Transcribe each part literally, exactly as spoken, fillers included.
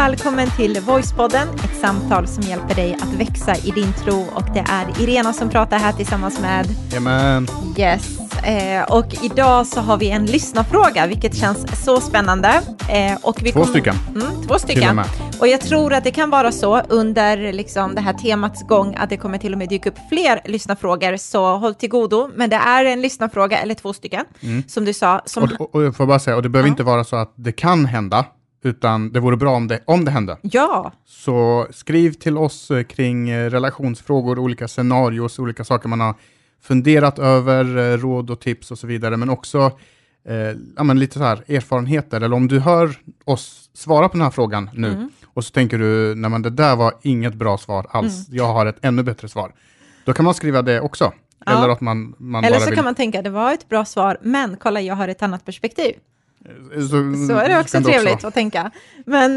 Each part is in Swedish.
välkommen till Voicepodden, ett samtal som hjälper dig att växa i din tro. Och det är Irena som pratar här tillsammans med... Amen. Yes, eh, och idag så har vi en lyssnarfråga, vilket känns så spännande. Eh, och vi två kom... stycken. Mm, två stycken. Och, och jag tror att det kan vara så under liksom, det här temats gång att det kommer till och med dyka upp fler lyssnarfrågor. Så håll till godo. Men det är en lyssnarfråga, eller två stycken, mm. som du sa. Som... Och, och, och jag får bara säga, och det behöver ja. inte vara så att det kan hända. Utan det vore bra om det, om det hände. Ja. Så skriv till oss kring relationsfrågor, olika scenarios, olika saker man har funderat över, råd och tips och så vidare. Men också eh, ja, men lite så här erfarenheter. Eller om du hör oss svara på den här frågan nu. Mm. Och så tänker du, nej men det där var inget bra svar alls. Mm. Jag har ett ännu bättre svar. Då kan man skriva det också. Ja. Eller att man, man Eller bara så vill... kan man tänka, det var ett bra svar. Men kolla, jag har ett annat perspektiv. Så, så är det också trevligt också. Att tänka. Men,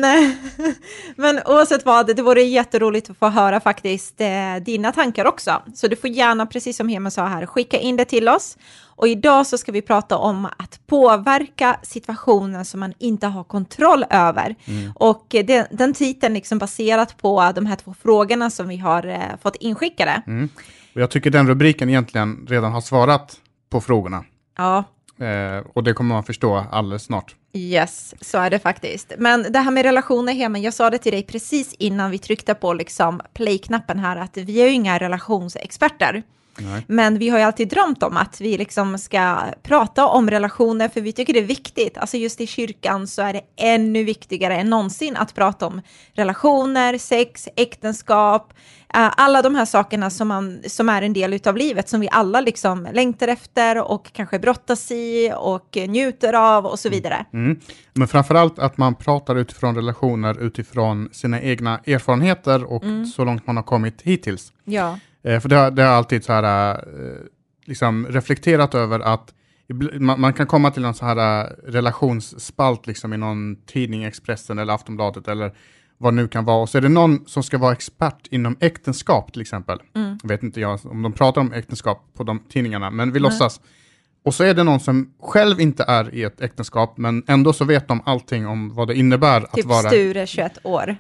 men oavsett vad, det vore jätteroligt att få höra faktiskt eh, dina tankar också. Så du får gärna, precis som Hema sa här, skicka in det till oss. Och idag så ska vi prata om att påverka situationen som man inte har kontroll över. Mm. Och det, den titeln liksom baserat på de här två frågorna som vi har eh, fått inskickade. Mm. Och jag tycker den rubriken egentligen redan har svarat på frågorna. Ja. Eh, och det kommer man förstå alldeles snart. Yes, så är det faktiskt. Men det här med relationer hemma, jag sa det till dig precis innan vi tryckte på liksom play-knappen här, att vi är ju inga relationsexperter. Nej. Men vi har ju alltid drömt om att vi liksom ska prata om relationer, för vi tycker det är viktigt. Alltså just i kyrkan så är det ännu viktigare än någonsin att prata om relationer, sex, äktenskap, alla de här sakerna som, man, som är en del utav livet, som vi alla liksom längtar efter och kanske brottas i och njuter av och så vidare. Mm. Men framförallt att man pratar utifrån relationer, utifrån sina egna erfarenheter och mm. så långt man har kommit hittills. Ja. Eh, för det har, det har alltid så här, eh, liksom reflekterat över att man, man kan komma till en så här relationsspalt liksom i någon tidning, Expressen eller Aftonbladet eller vad nu kan vara. Och så är det någon som ska vara expert inom äktenskap till exempel. Mm. Jag vet inte jag om de pratar om äktenskap på de tidningarna, men vi mm. låtsas. Och så är det någon som själv inte är i ett äktenskap, men ändå så vet de allting om vad det innebär typ att vara... Typ Sture, tjugoett år.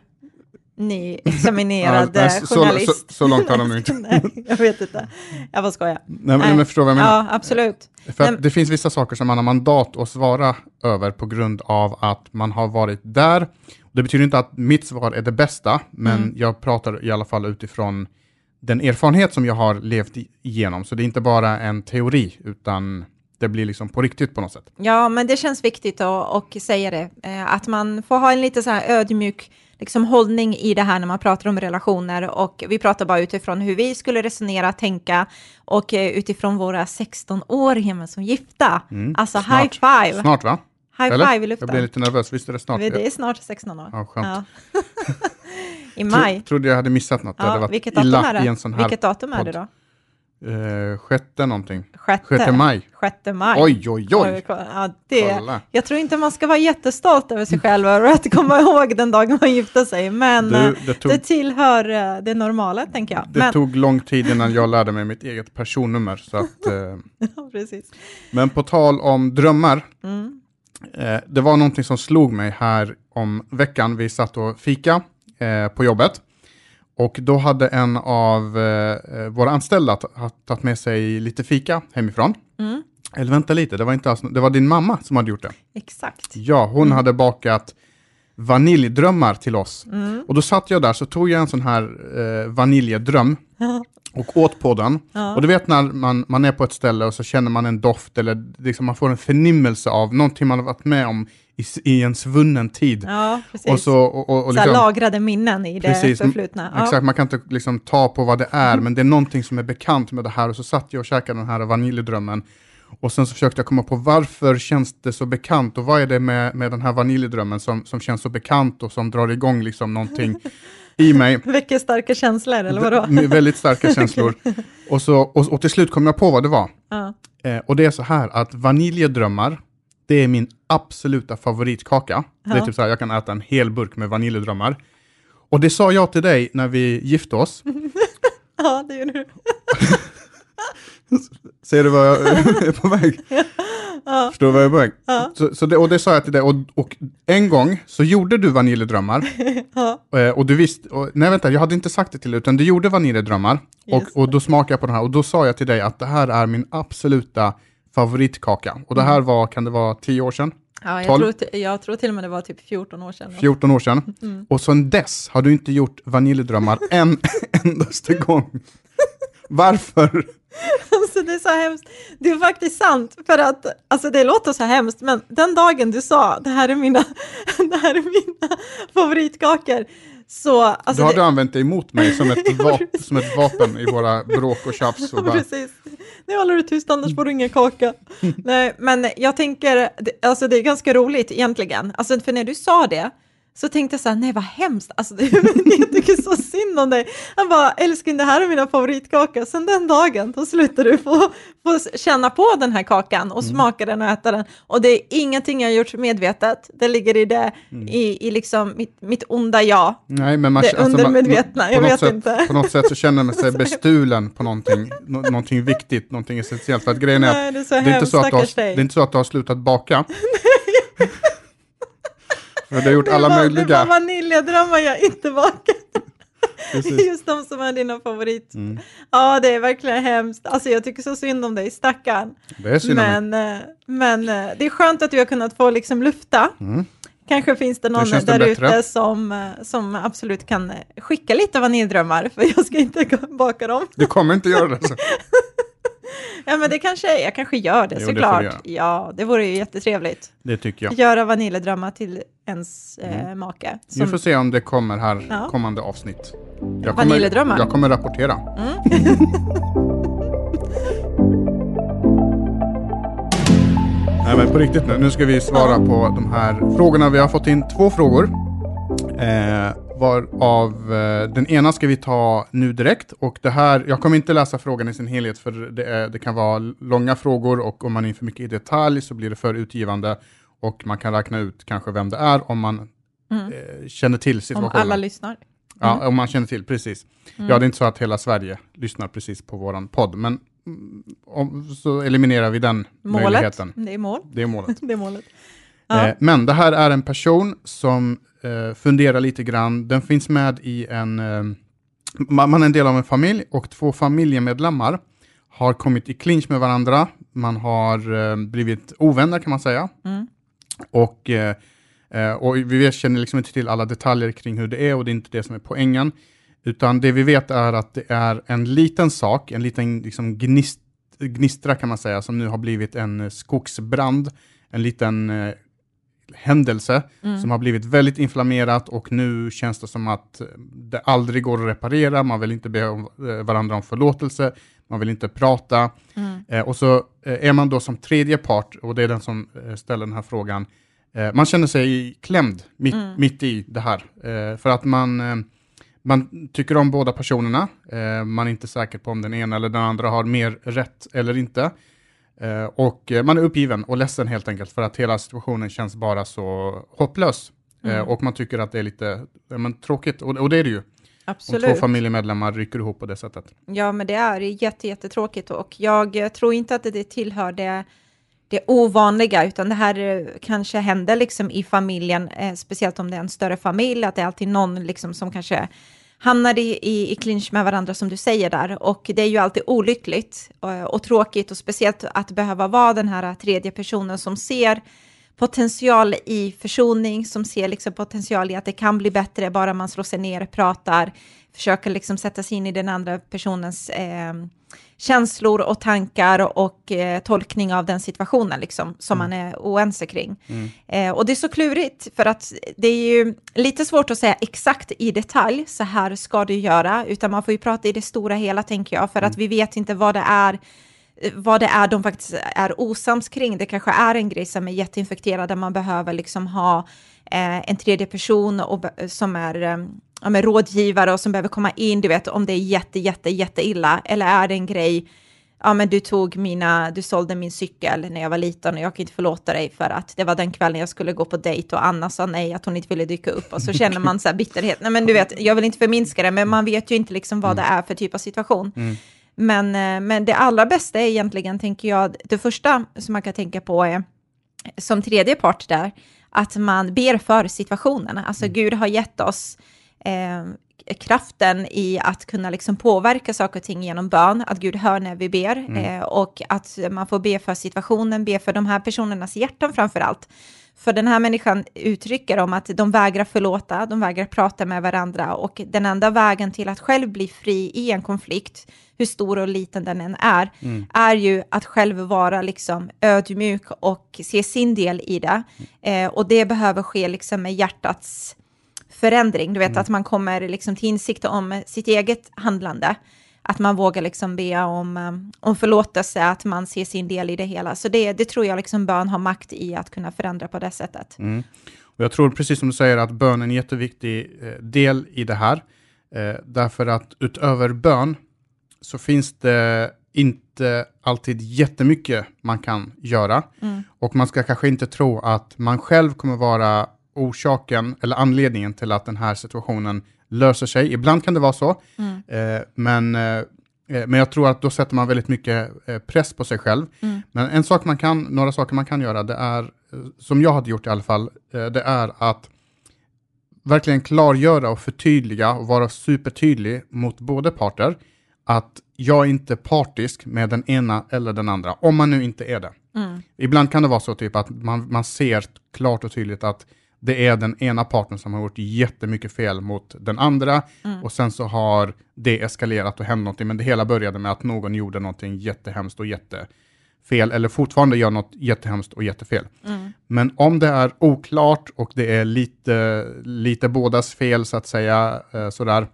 Ny examinerad ja, nej, journalist. Så, så, så långt har de inte. Nej, jag vet inte. Jag bara skojar. Nej, men jag förstår vad jag menar. Ja, absolut. För att det finns vissa saker som man har mandat att svara över på grund av att man har varit där. Det betyder inte att mitt svar är det bästa, men mm. jag pratar i alla fall utifrån den erfarenhet som jag har levt igenom. Så det är inte bara en teori, utan det blir liksom på riktigt på något sätt. Ja, men det känns viktigt att och säga det. Eh, att man får ha en lite så här ödmjuk liksom, hållning i det här när man pratar om relationer. Och vi pratar bara utifrån hur vi skulle resonera, tänka och eh, utifrån våra sexton år hemma som gifta. Mm. Alltså snart. High five! Snart va? High Eller? five i luften. Jag blir lite nervös, visst är det snart? Det är snart sexton år. Ja, skönt. Ja. I maj. Tro, trodde jag hade missat något. Ja, det var vilket datum är det? I en sån här vilket datum är det då? Uh, sjätte någonting. Sjätte. Sjätte maj. Sjätte maj. Oj, oj, oj. Ja, det, jag tror inte man ska vara jättestolt över sig själv och att komma ihåg den dagen man gifte sig. Men du, det, tog, det tillhör det normala, tänker jag. Det men, tog lång tid innan jag lärde mig mitt eget personnummer. Så att, uh, ja, precis. Men på tal om drömmar. Mm. Uh, det var någonting som slog mig här om veckan. Vi satt och fika uh, på jobbet. Och då hade en av eh, våra anställda t- tagit med sig lite fika hemifrån. Mm. Eller vänta lite, det var inte alls, det var din mamma som hade gjort det. Exakt. Ja, hon mm. hade bakat vaniljdrömmar till oss. Mm. Och då satt jag där, så tog jag en sån här eh, vaniljdröm och åt på den. Ja. Och du vet när man, man är på ett ställe och så känner man en doft eller liksom man får en förnimmelse av någonting man har varit med om i, i en svunnen tid. Ja, precis. Och så, och, och, och så liksom, lagrade minnen i det precis, förflutna. Ja. Exakt, man kan inte liksom ta på vad det är, mm. men det är någonting som är bekant med det här. Och så satt jag och käkade den här vaniljdrömmen. Och sen så försökte jag komma på varför känns det så bekant och vad är det med, med den här vaniljdrömmen som, som känns så bekant och som drar igång liksom någonting i mig. Vilka starka känslor, eller vadå? D- väldigt starka känslor. Och, så, och, och till slut kom jag på vad det var. Ja. Eh, och det är så här att vaniljdrömmar, det är min absoluta favoritkaka. Ja. Det är typ så här, jag kan äta en hel burk med vaniljdrömmar. Och det sa jag till dig när vi gifte oss. Ja, det gjorde du. Ser du vad jag är på väg? Ja, Ja. Förstår du vad jag är på Ja. så, så det, och det sa jag till dig. Och, och en gång så gjorde du vaniljedrömmar. Ja. Och, och du visste, och, nej vänta, jag hade inte sagt det till dig, utan du gjorde vaniljedrömmar. Och, och då smakade jag på den här. Och då sa jag till dig att det här är min absoluta favoritkaka. Och det här var, kan det vara tio år sedan? Ja, jag tror, t- jag tror till och med det var typ fjorton år sedan. fjorton år sedan. Mm. Och sen dess har du inte gjort vaniljedrömmar en endaste gång. Varför? Alltså det är så hemskt. Det är faktiskt sant. För att, alltså det låter så hemskt. Men den dagen du sa, det här är mina, det här är mina favoritkakor. Så, alltså då har det... du använt det emot mig som ett, vap- som ett vapen i våra bråk och tjafs. Och bara... Precis. Nu håller du tyst, annars får du ingen kaka. Nej, men jag tänker, alltså det är ganska roligt egentligen. Alltså för när du sa det, så tänkte jag så här, nej vad hemskt. Alltså det, jag tycker så synd om dig. Han bara, älskling, det här är mina favoritkaka. Sen den dagen, då slutar du få, få känna på den här kakan och mm. smaka den och äta den. Och det är ingenting jag har gjort medvetet. Det ligger i det, mm. i, i liksom mitt, mitt onda jag. Nej, men man, det alltså, undermedvetna, man, jag vet sätt, inte. På något sätt så känner man sig bestulen på någonting, no, någonting viktigt, någonting essentiellt. För att grejen är nej, att det är, så det, är inte så att du har, det är inte så att du har slutat baka. För du har gjort alla var, möjliga... Det var vaniljedrömmar jag inte bakat. Just de som är dina favorit. Mm. Ja, det är verkligen hemskt. Alltså jag tycker så synd om dig, stackarn. Det är synd men, men det är skönt att du har kunnat få liksom lufta. Mm. Kanske finns det någon det där ute som, som absolut kan skicka lite vaniljdrömmar. För jag ska inte baka dem. Du kommer inte göra det så. Ja, men det kanske, jag kanske gör det, jo, såklart. Det ja, det vore ju jättetrevligt. Det tycker jag. Göra vaniljedrömmar till ens mm. eh, make. Som... Vi får se om det kommer här ja. kommande avsnitt. Jag vaniljedrömmar? Kommer, jag kommer rapportera. Mm. Nej, men på riktigt nu. Nu ska vi svara ja. på de här frågorna. Vi har fått in två frågor. Eh, Varav eh, den ena ska vi ta nu direkt. Och det här, jag kommer inte läsa frågan i sin helhet för det, är, det kan vara långa frågor och om man är för mycket i detalj så blir det för utgivande. Och man kan räkna ut kanske vem det är om man mm. eh, känner till situationen. Om alla lyssnar. Mm. Ja, om man känner till, precis. Mm. Ja, det är inte så att hela Sverige lyssnar precis på våran podd. Men om, så eliminerar vi den målet. möjligheten. Det är mål. Det är målet. det är målet. Ja. Eh, men det här är en person som eh, funderar lite grann. Den finns med i en... Eh, man, man är en del av en familj och två familjemedlemmar har kommit i clinch med varandra. Man har eh, blivit ovänner kan man säga. Mm. Och, eh, och vi känner liksom inte till alla detaljer kring hur det är och det är inte det som är poängen. Utan det vi vet är att det är en liten sak, en liten liksom gnist, gnistra kan man säga, som nu har blivit en skogsbrand. En liten eh, händelse mm. som har blivit väldigt inflammerat och nu känns det som att det aldrig går att reparera. Man vill inte be varandra om förlåtelse. Man vill inte prata. Mm. Eh, och så eh, är man då som tredje part, och det är den som eh, ställer den här frågan. Eh, man känner sig klämd mitt, mm. mitt i det här. Eh, för att man, eh, man tycker om båda personerna. Eh, man är inte säker på om den ena eller den andra har mer rätt eller inte. Uh, och uh, man är uppgiven och ledsen helt enkelt för att hela situationen känns bara så hopplös. Mm. Uh, och man tycker att det är lite uh, men, tråkigt. Och, och det är det ju. Absolut. Om två familjemedlemmar rycker ihop på det sättet. Ja, men det är jätte, jättetråkigt. Och jag uh, tror inte att det tillhör det, det ovanliga. Utan det här uh, kanske händer liksom i familjen. Uh, speciellt om det är en större familj. Att det är alltid någon liksom, som kanske... hamnar i, i, i clinch med varandra som du säger där. Och det är ju alltid olyckligt och, och tråkigt. Och speciellt att behöva vara den här tredje personen som ser potential i försoning. Som ser liksom potential i att det kan bli bättre bara man slår sig ner, pratar. Försöker liksom sätta sig in i den andra personens eh, känslor och tankar och eh, tolkning av den situationen liksom, som mm. man är oense kring. Mm. Eh, och det är så klurigt för att det är ju lite svårt att säga exakt i detalj så här ska du göra, utan man får ju prata i det stora hela tänker jag, för mm. att vi vet inte vad det är vad det är de faktiskt är osams kring. Det kanske är en grej som är jätteinfekterad där man behöver liksom ha eh, en tredje person och, som är eh, ja, med rådgivare och som behöver komma in, du vet, om det är jätte, jätte, jätte illa. Eller är det en grej, ja men du tog mina, du sålde min cykel när jag var liten och jag kan inte förlåta dig för att det var den kvällen jag skulle gå på dejt och Anna sa nej, att hon inte ville dyka upp och så känner man så här bitterhet. Nej men du vet, jag vill inte förminska det, men man vet ju inte liksom vad mm. det är för typ av situation. Mm. Men, men det allra bästa är egentligen, tänker jag, det första som man kan tänka på är som tredje part där, att man ber för situationen. Alltså mm. Gud har gett oss eh, kraften i att kunna liksom påverka saker och ting genom bön, att Gud hör när vi ber mm. eh, och att man får be för situationen, be för de här personernas hjärtan framför allt. För den här människan uttrycker om att de vägrar förlåta, de vägrar prata med varandra och den enda vägen till att själv bli fri i en konflikt, hur stor och liten den än är, mm. är ju att själv vara liksom ödmjuk och se sin del i det. Mm. Eh, och det behöver ske liksom med hjärtats förändring. Du vet mm. att man kommer liksom till insikt om sitt eget handlande. Att man vågar liksom be om, om förlåtelse, att man ser sin del i det hela. Så det, det tror jag liksom bön har makt i att kunna förändra på det sättet. Mm. Och jag tror precis som du säger att bön är en jätteviktig eh, del i det här. Eh, därför att utöver bön så finns det inte alltid jättemycket man kan göra. Mm. Och man ska kanske inte tro att man själv kommer vara orsaken eller anledningen till att den här situationen löser sig. Ibland kan det vara så. Mm. Eh, men, eh, men jag tror att då sätter man väldigt mycket eh, press på sig själv. Mm. Men en sak man kan, några saker man kan göra, det är, som jag hade gjort i alla fall, eh, det är att verkligen klargöra och förtydliga och vara supertydlig mot båda parter att jag är inte partisk med den ena eller den andra, om man nu inte är det. Mm. Ibland kan det vara så typ att man, man ser klart och tydligt att det är den ena parten som har gjort jättemycket fel mot den andra. Mm. Och sen så har det eskalerat och hänt någonting. Men det hela började med att någon gjorde någonting jättehemskt och jättefel. Eller fortfarande gör något jättehemskt och jättefel. Mm. Men om det är oklart och det är lite, lite bådas fel så att säga. Eh, sådär,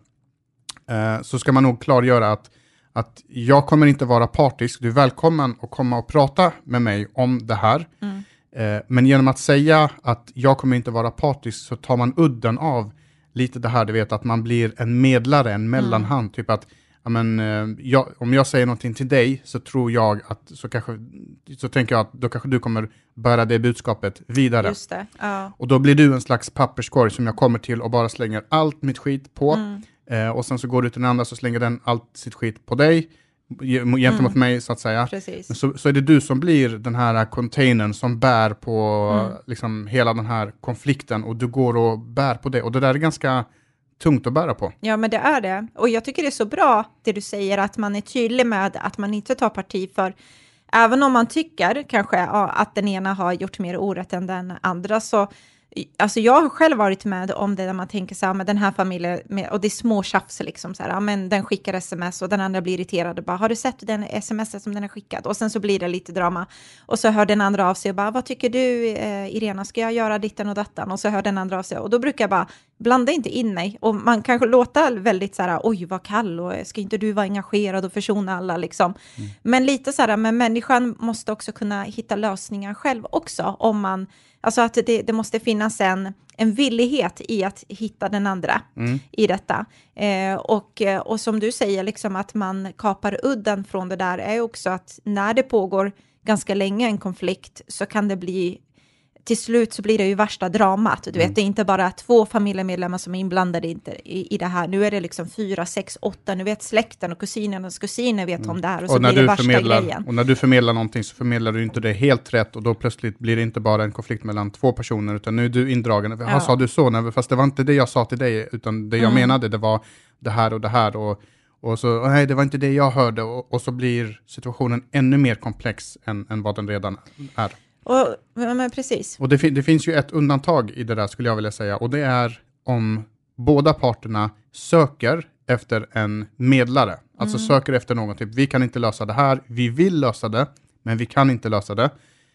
eh, så ska man nog klargöra att, att jag kommer inte vara partisk. Du är välkommen att komma och prata med mig om det här. Mm. Men genom att säga att jag kommer inte vara partisk så tar man udden av lite det här, du vet, att man blir en medlare, en mellanhand. Mm. Typ att, ja, men, jag, om jag säger någonting till dig så tror jag att, så kanske, så tänker jag att då kanske du kommer bära det budskapet vidare. Just det, ja. Och då blir du en slags papperskorg som jag kommer till och bara slänger allt mitt skit på. Mm. Eh, och sen så går du till den andra så slänger den allt sitt skit på dig. Gentemot mm. mig så att säga. Men så, så är det du som blir den här containern som bär på mm. liksom, hela den här konflikten och du går och bär på det och det där är ganska tungt att bära på. Ja, men det är det. Och jag tycker det är så bra det du säger att man är tydlig med att man inte tar parti för även om man tycker kanske ja, att den ena har gjort mer orätt än den andra så alltså jag har själv varit med om det där man tänker så här, med den här familjen, med, och det är små tjafs liksom så här, ja, men den skickar sms och den andra blir irriterad och bara, har du sett den sms som den har skickat? Och sen så blir det lite drama. Och så hör den andra av sig och bara, vad tycker du eh, Irena, ska jag göra ditten och dattan? Och så hör den andra av sig och då brukar jag bara, blanda inte in mig. Och man kanske låter väldigt så här, oj vad kall och ska inte du vara engagerad och försona alla liksom. Mm. Men lite så här, men människan måste också kunna hitta lösningar själv också om man alltså att det, det måste finnas en, en villighet i att hitta den andra mm. i detta. Eh, och, och som du säger, liksom att man kapar udden från det där är också att när det pågår ganska länge en konflikt så kan det bli, till slut så blir det ju värsta dramat. Du mm. vet, det är inte bara två familjemedlemmar som är inblandade i, i det här. Nu är det liksom fyra, sex, åtta. Nu vet släkten och kusinernas kusiner vet mm. om det här. Och, och så blir det värsta grejen. Och när du förmedlar någonting så förmedlar du inte det helt rätt. Och då plötsligt blir det inte bara en konflikt mellan två personer. Utan nu är du indragen. Ja. Sa du så? Nej, fast det var inte det jag sa till dig. Utan det jag mm. menade det var det här och det här. Och, och så, nej det var inte det jag hörde. Och, och så blir situationen ännu mer komplex än, än vad den redan är. Och, men precis. Och det, det finns ju ett undantag i det där skulle jag vilja säga. Och det är om båda parterna söker efter en medlare. Alltså mm. söker efter någon typ, vi kan inte lösa det här. Vi vill lösa det, men vi kan inte lösa det.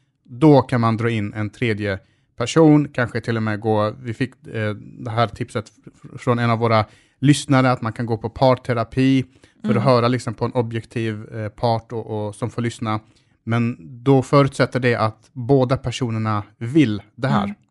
Då kan man dra in en tredje person. Kanske till och med gå, vi fick eh, det här tipset från en av våra lyssnare. Att man kan gå på parterapi. För mm. att höra liksom på en objektiv eh, part och, och som får lyssna. Men då förutsätter det att båda personerna vill det här. Mm.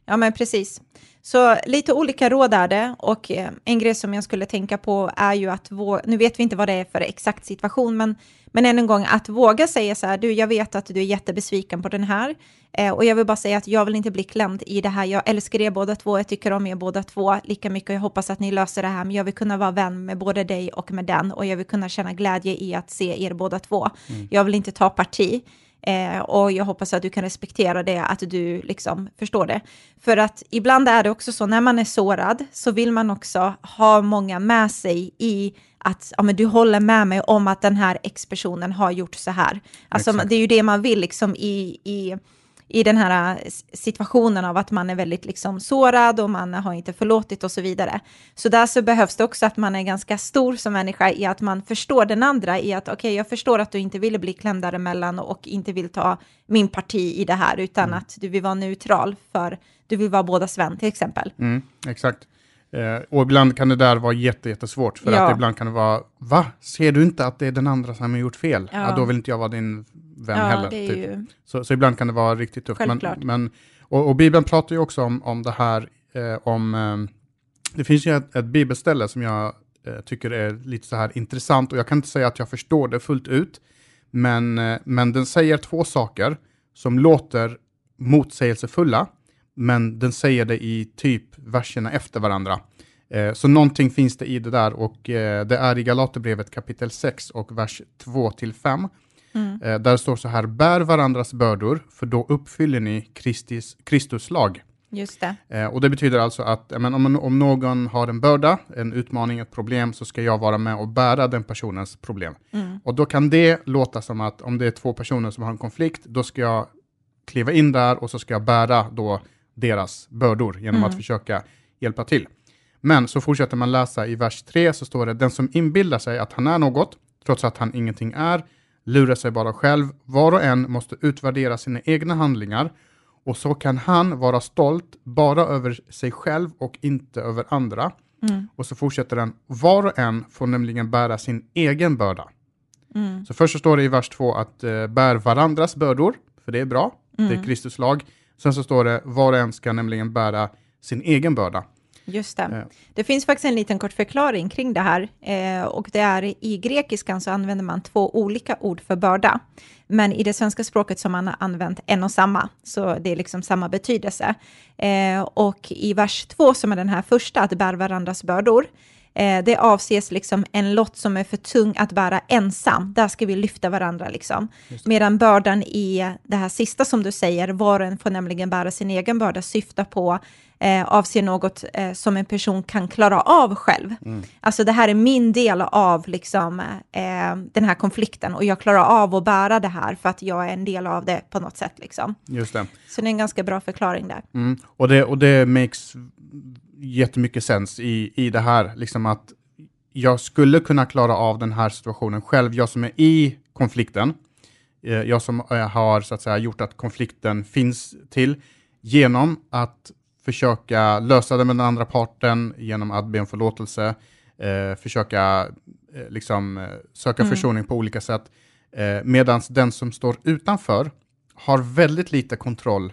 Ja, men precis. Så lite olika råd är det, och eh, en grej som jag skulle tänka på är ju att, vå- nu vet vi inte vad det är för exakt situation, men, men än en gång att våga säga så här, du, jag vet att du är jättebesviken på den här, eh, och jag vill bara säga att jag vill inte bli klämd i det här, jag älskar er båda två, jag tycker om er båda två lika mycket, och jag hoppas att ni löser det här, men jag vill kunna vara vän med både dig och med den, och jag vill kunna känna glädje i att se er båda två. Mm. Jag vill inte ta parti. Eh, och jag hoppas att du kan respektera det, att du liksom förstår det. För att ibland är det också så, när man är sårad så vill man också ha många med sig i att ja, men du håller med mig om att den här ex-personen har gjort så här. Alltså det är ju det man vill liksom i... i i den här situationen av att man är väldigt liksom sårad och man har inte förlåtit och så vidare. Så där så behövs det också att man är ganska stor som människa i att man förstår den andra i att okej, okay, jag förstår att du inte vill bli klämd däremellan och inte vill ta min parti i det här, utan mm. att du vill vara neutral, för du vill vara bådas vän till exempel. Mm, exakt. Eh, och ibland kan det där vara jätte, jättesvårt, för ja. att ibland kan det vara, va? Ser du inte att det är den andra som har gjort fel? Ja. Ja, då vill inte jag vara din vän ja, heller. Det är typ. ju... så, så ibland kan det vara riktigt tufft. Självklart. Men, men, och, och Bibeln pratar ju också om, om det här, eh, om, eh, det finns ju ett, ett bibelställe som jag eh, tycker är lite så här intressant, och jag kan inte säga att jag förstår det fullt ut, men, eh, men den säger två saker som låter motsägelsefulla, men den säger det i typ verserna efter varandra. Eh, så någonting finns det i det där, och eh, det är i Galaterbrevet kapitel sex och vers två till fem. Mm. Eh, där står så här: bär varandras bördor, för då uppfyller ni Kristus, Kristus lag. Just det. Eh, och det betyder alltså att men, om, om någon har en börda, en utmaning, ett problem, så ska jag vara med och bära den personens problem. Mm. Och då kan det låta som att om det är två personer som har en konflikt, då ska jag kliva in där och så ska jag bära då deras bördor genom mm. att försöka hjälpa till. Men så fortsätter man läsa i vers tre, så står det: den som inbillar sig att han är något, trots att han ingenting är, lurar sig bara själv. Var och en måste utvärdera sina egna handlingar, och så kan han vara stolt bara över sig själv och inte över andra. Mm. Och så fortsätter den: var och en får nämligen bära sin egen börda. Mm. Så först så står det i vers två att eh, bär varandras bördor, för det är bra, mm. det är Kristus lag. Sen så står det: var och en ska nämligen bära sin egen börda. Just det. Det finns faktiskt en liten kort förklaring kring det här, eh, och det är i grekiskan så använder man två olika ord för börda, men i det svenska språket så har man använt en och samma, så det är liksom samma betydelse. Eh, och i vers två, som är den här första, att bära varandras bördor, eh, det avses liksom en lott som är för tung att bära ensam. Där ska vi lyfta varandra liksom. Medan bördan i det här sista som du säger, var och en får nämligen bära sin egen börda, syftar på Eh, avser något eh, som en person kan klara av själv. Mm. Alltså det här är min del av liksom, eh, den här konflikten, och jag klarar av att bära det här för att jag är en del av det på något sätt. Liksom. Just det. Så det är en ganska bra förklaring där. Mm. Och, det, och det makes jättemycket sens i, i det här. Liksom att jag skulle kunna klara av den här situationen själv. Jag som är i konflikten. Eh, jag som eh, har så att säga gjort att konflikten finns till, genom att försöka lösa det med den andra parten, genom att be om förlåtelse, eh, försöka eh, liksom, eh, söka mm. försoning på olika sätt. Eh, Medan den som står utanför har väldigt lite kontroll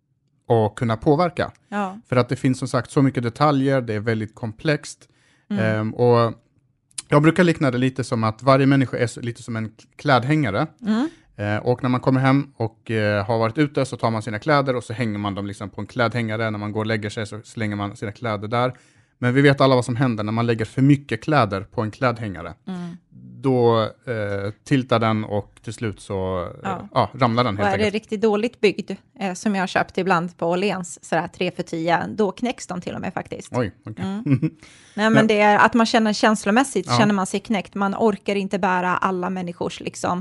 och kunna påverka. Ja. För att det finns som sagt så mycket detaljer, det är väldigt komplext. Mm. Eh, och jag brukar likna det lite som att varje människa är lite som en klädhängare. Mm. Eh, och när man kommer hem och eh, har varit ute, så tar man sina kläder och så hänger man dem liksom på en klädhängare. När man går och lägger sig så slänger man sina kläder där. Men vi vet alla vad som händer när man lägger för mycket kläder på en klädhängare. Mm. Då eh, tiltar den och till slut så eh, ja. Ja, ramlar den helt enkelt. Och är enkelt. det riktigt dåligt byggd, eh, som jag har köpt ibland på Åhléns, sådär tre för tio, då knäcks de till och med faktiskt. Oj, okej. Okay. Mm. Nej, men det är att man känner känslomässigt, ja. känner man sig knäckt. Man orkar inte bära alla människors liksom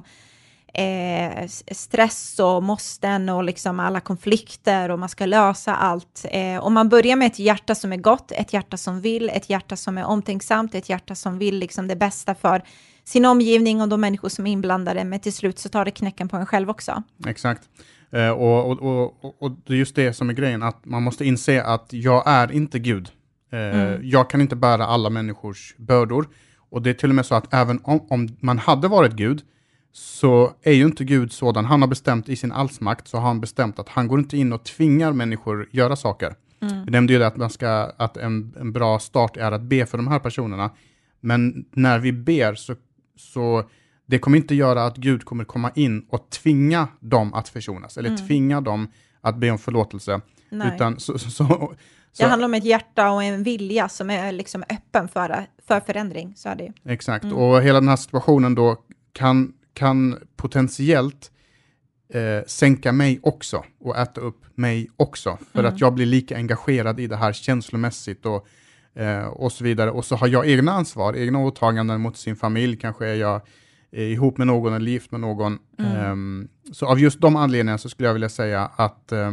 Eh, stress och måsten och liksom alla konflikter, och man ska lösa allt. Eh, och man börjar med ett hjärta som är gott, ett hjärta som vill, ett hjärta som är omtänksamt, ett hjärta som vill liksom det bästa för sin omgivning och de människor som är inblandade, men till slut så tar det knäcken på en själv också. Exakt. Eh, och, och, och, och det är just det som är grejen, att man måste inse att jag är inte Gud. Eh, mm. Jag kan inte bära alla människors bördor, och det är till och med så att även om, om man hade varit Gud, så är ju inte Gud sådan. Han har bestämt i sin allsmakt, så har han bestämt att han går inte in och tvingar människor göra saker. Mm. Vi nämnde ju det att, man ska, att en, en bra start är att be för de här personerna. Men när vi ber så, så det kommer inte göra att Gud kommer komma in och tvinga dem att försonas. Eller mm. tvinga dem att be om förlåtelse. Nej. Utan så, så, så, det handlar om ett hjärta och en vilja som är liksom öppen för, för förändring. Så är det. Exakt, mm. och hela den här situationen då kan, kan potentiellt eh, sänka mig också och äta upp mig också. För mm. att jag blir lika engagerad i det här känslomässigt och, eh, och så vidare. Och så har jag egna ansvar, egna åtaganden mot sin familj. Kanske är jag eh, ihop med någon eller gift med någon. Mm. Eh, så av just de anledningarna så skulle jag vilja säga att eh,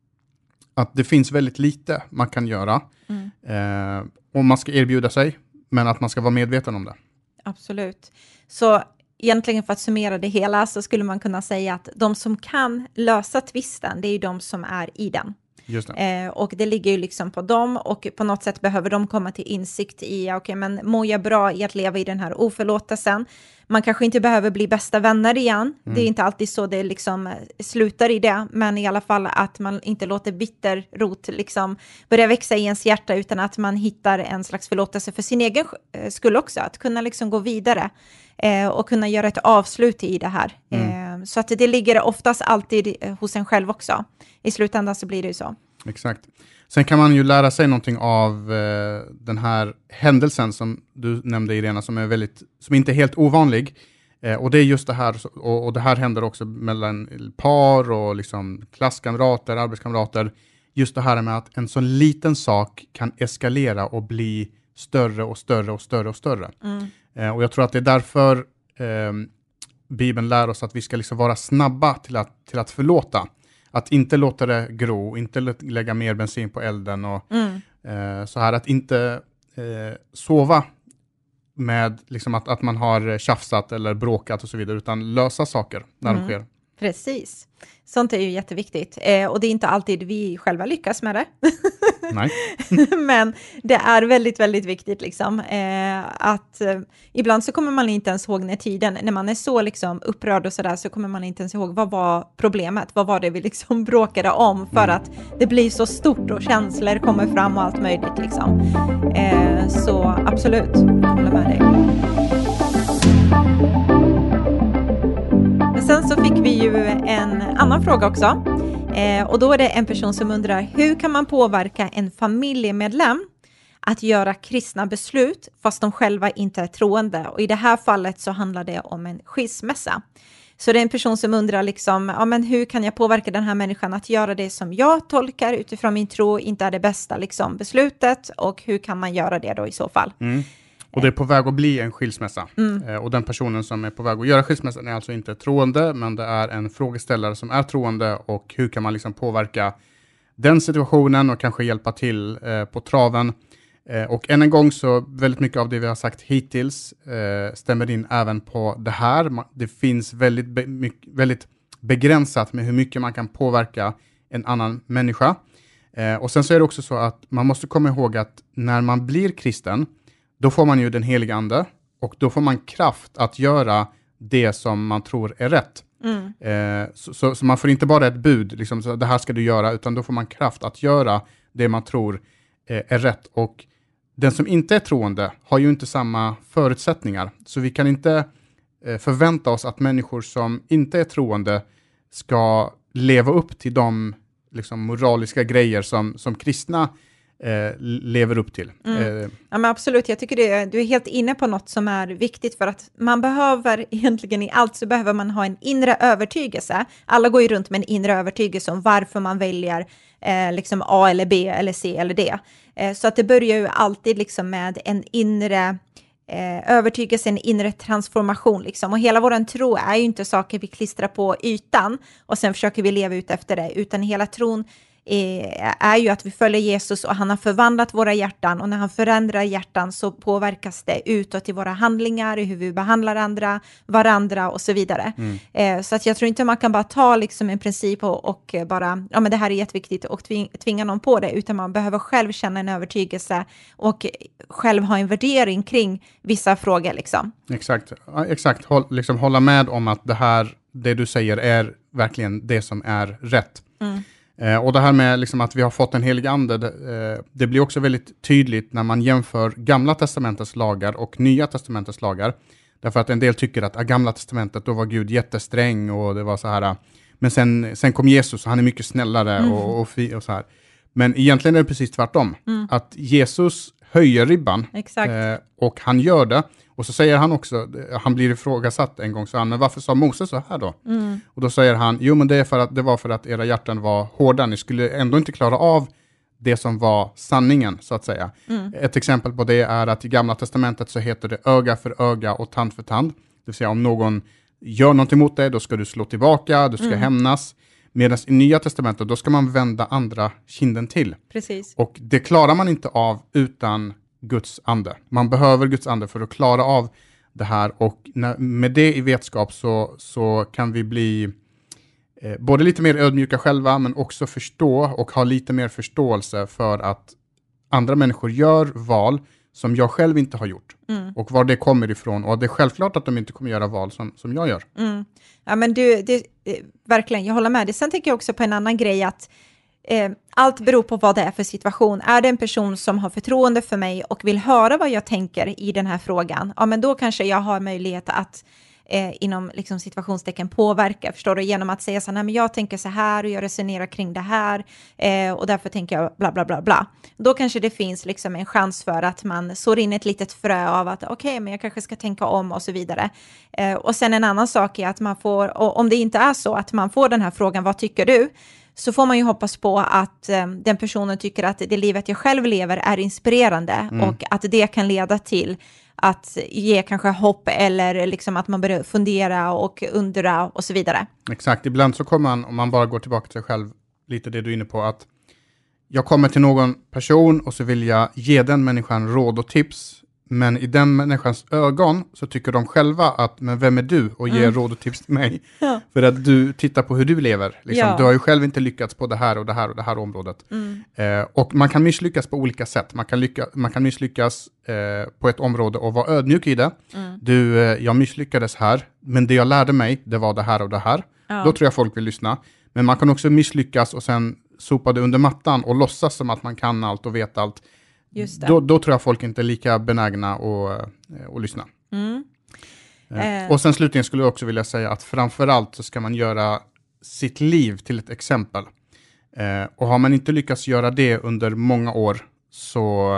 att det finns väldigt lite man kan göra. Mm. Eh, och man ska erbjuda sig, men att man ska vara medveten om det. Absolut. Så egentligen för att summera det hela så skulle man kunna säga att de som kan lösa tvisten, det är ju de som är i den. Just det. Eh, och det ligger ju liksom på dem, och på något sätt behöver de komma till insikt i, okej, okay, men mår jag bra i att leva i den här oförlåtelsen? Man kanske inte behöver bli bästa vänner igen. Mm. Det är inte alltid så det liksom slutar i det, men i alla fall att man inte låter bitterrot liksom börja växa i ens hjärta, utan att man hittar en slags förlåtelse för sin egen skull också. Att kunna liksom gå vidare eh, och kunna göra ett avslut i det här. Mm. Eh, så att det ligger oftast alltid hos en själv också. I slutändan så blir det ju så. Exakt. Sen kan man ju lära sig någonting av eh, den här händelsen som du nämnde, Irena, som är väldigt, som inte är helt ovanlig. Eh, och det är just det här, och, och det här händer också mellan par och liksom klasskamrater, arbetskamrater. Just det här med att en sån liten sak kan eskalera och bli större och större och större och större. Mm. Eh, och jag tror att det är därför eh, Bibeln lär oss att vi ska liksom vara snabba till att, till att förlåta. Att inte låta det gro, inte lägga mer bensin på elden och mm. eh, så här. Att inte eh, sova med liksom att, att man har tjafsat eller bråkat och så vidare, utan lösa saker när mm. de sker. Precis. Sånt är ju jätteviktigt. Eh, och det är inte alltid vi själva lyckas med det. Nej. Men det är väldigt, väldigt viktigt liksom. Eh, att eh, ibland så kommer man inte ens ihåg när tiden, när man är så liksom upprörd och sådär, så kommer man inte ens ihåg vad var problemet, vad var det vi liksom bråkade om, för mm. att det blir så stort och känslor kommer fram och allt möjligt liksom. Eh, så absolut, jag håller med dig. Sen så fick vi ju en annan fråga också. Eh, och då är det en person som undrar, hur kan man påverka en familjemedlem att göra kristna beslut fast de själva inte är troende? Och i det här fallet så handlar det om en skilsmässa. Så det är en person som undrar liksom, ja, men hur kan jag påverka den här människan att göra det som jag tolkar utifrån min tro inte är det bästa liksom, beslutet, och hur kan man göra det då i så fall? Mm. Och det är på väg att bli en skilsmässa. Mm. Eh, och den personen som är på väg att göra skilsmässan är alltså inte troende, men det är en frågeställare som är troende. Och hur kan man liksom påverka den situationen och kanske hjälpa till eh, på traven. Eh, och än en gång så väldigt mycket av det vi har sagt hittills eh, stämmer in även på det här. Det finns väldigt, be- mycket, väldigt begränsat med hur mycket man kan påverka en annan människa. Eh, och sen så är det också så att man måste komma ihåg att när man blir kristen, då får man ju den heliga ande, och då får man kraft att göra det som man tror är rätt. Mm. Eh, så, så, så man får inte bara ett bud, liksom, så det här ska du göra, utan då får man kraft att göra det man tror eh, är rätt. Och den som inte är troende har ju inte samma förutsättningar. Så vi kan inte eh, förvänta oss att människor som inte är troende ska leva upp till de liksom, moraliska grejer som, som kristna Eh, lever upp till. Mm. Eh. Ja, men absolut, jag tycker det, du är helt inne på något som är viktigt, för att man behöver egentligen i allt så behöver man ha en inre övertygelse. Alla går ju runt med en inre övertygelse om varför man väljer eh, liksom A eller B eller C eller D. Eh, så att det börjar ju alltid liksom med en inre eh, övertygelse, en inre transformation liksom. Och hela våran tro är ju inte saker vi klistrar på ytan och sen försöker vi leva ut efter det, utan hela tron är, är ju att vi följer Jesus och han har förvandlat våra hjärtan, och när han förändrar hjärtan så påverkas det utåt i våra handlingar, i hur vi behandlar andra, varandra och så vidare. Mm. Eh, så att jag tror inte man kan bara ta liksom en princip och, och bara, ja men det här är jätteviktigt och tving, tvinga någon på det, utan man behöver själv känna en övertygelse och själv ha en värdering kring vissa frågor liksom. Exakt, exakt. Håll, liksom hålla med om att det här, det du säger är verkligen det som är rätt. Mm. Eh, och det här med liksom att vi har fått en helig ande, det, eh, det blir också väldigt tydligt när man jämför gamla testamentets lagar och nya testamentets lagar. Därför att en del tycker att i gamla testamentet då var Gud jättesträng och det var så här. Men sen, sen kom Jesus och han är mycket snällare mm. och, och, fi, och så här. Men egentligen är det precis tvärtom. Mm. Att Jesus höjer ribban eh, och han gör det. Och så säger han också, han blir ifrågasatt en gång, så han, men varför sa Moses så här då? Mm. Och då säger han, jo men det, är för att, det var för att era hjärtan var hårda. Ni skulle ändå inte klara av det som var sanningen, så att säga. Mm. Ett exempel på det är att i gamla testamentet så heter det öga för öga och tand för tand. Det vill säga om någon gör någonting mot dig, då ska du slå tillbaka, du ska mm. hämnas. Medan i nya testamentet, då ska man vända andra kinden till. Precis. Och det klarar man inte av utan Guds ande. Man behöver Guds ande för att klara av det här, och när, med det i vetskap så, så kan vi bli eh, både lite mer ödmjuka själva, men också förstå och ha lite mer förståelse för att andra människor gör val som jag själv inte har gjort. Mm. Och var det kommer ifrån. Och det är självklart att de inte kommer göra val som, som jag gör. Mm. Ja men du, det, verkligen, jag håller med dig. Sen tänker jag också på en annan grej, att Eh, allt beror på vad det är för situation. Är det en person som har förtroende för mig och vill höra vad jag tänker i den här frågan, ja men då kanske jag har möjlighet att eh, inom liksom situationstecken påverka, förstår du, genom att säga så här, nej men jag tänker så här och jag resonerar kring det här eh, och därför tänker jag bla bla bla bla. Då kanske det finns liksom en chans för att man sår in ett litet frö av att okej, okay, men jag kanske ska tänka om och så vidare. Eh, och sen en annan sak är att man får, och om det inte är så att man får den här frågan, vad tycker du? Så får man ju hoppas på att eh, den personen tycker att det livet jag själv lever är inspirerande mm. och att det kan leda till att ge kanske hopp, eller liksom att man börjar fundera och undra och så vidare. Exakt, ibland så kommer man, om man bara går tillbaka till sig själv, lite det du är inne på, att jag kommer till någon person och så vill jag ge den människan råd och tips. Men i den människans ögon så tycker de själva att, men vem är du och ger mm. råd och tips till mig? Ja. För att du tittar på hur du lever. Liksom. Ja. Du har ju själv inte lyckats på det här och det här och det här området. Mm. Eh, och man kan misslyckas på olika sätt. Man kan, lycka, man kan misslyckas eh, på ett område och vara ödmjuk i det. Mm. Du, eh, jag misslyckades här, men det jag lärde mig, det var det här och det här. Ja. Då tror jag folk vill lyssna. Men man kan också misslyckas och sen sopa det under mattan och låtsas som att man kan allt och vet allt. Just det. Då, då tror jag folk inte är lika benägna att, att lyssna. Mm. Eh. Och sen slutligen skulle jag också vilja säga att framförallt så ska man göra sitt liv till ett exempel. Eh, och har man inte lyckats göra det under många år, så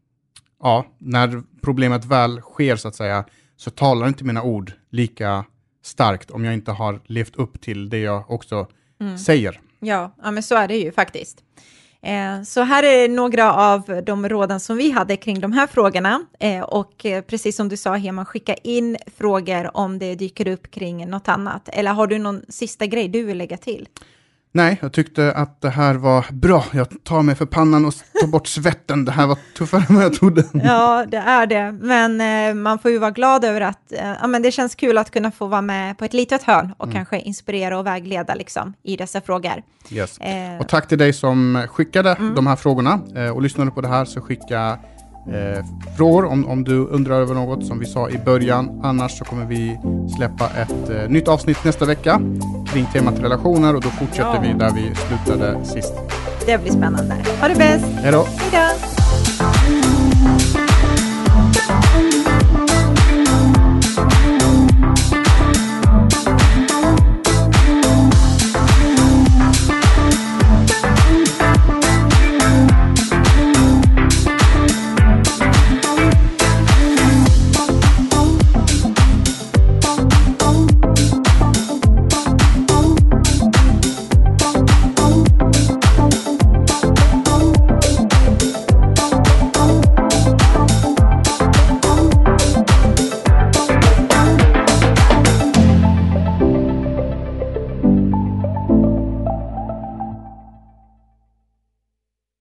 ja, när problemet väl sker så att säga, så talar inte mina ord lika starkt om jag inte har levt upp till det jag också mm. säger. Ja, ja, men så är det ju faktiskt. Eh, så här är några av de råden som vi hade kring de här frågorna. Eh, och eh, precis som du sa, Heman, skicka in frågor om det dyker upp kring något annat. Eller har du någon sista grej du vill lägga till? Nej, jag tyckte att det här var bra. Jag tar mig för pannan och tar bort svetten. Det här var tuffare än vad jag trodde. Ja, det är det. Men eh, man får ju vara glad över att eh, ja, men det känns kul att kunna få vara med på ett litet hörn och mm. kanske inspirera och vägleda liksom, i dessa frågor. Yes. Eh, och tack till dig som skickade mm. de här frågorna. Eh, och lyssnade på det här, så skicka Eh, frågor om, om du undrar över något, som vi sa i början. Annars så kommer vi släppa ett eh, nytt avsnitt nästa vecka kring temat relationer, och då fortsätter ja. vi där vi slutade sist. Det blir spännande. Ha det bäst. Hej då. Hej då.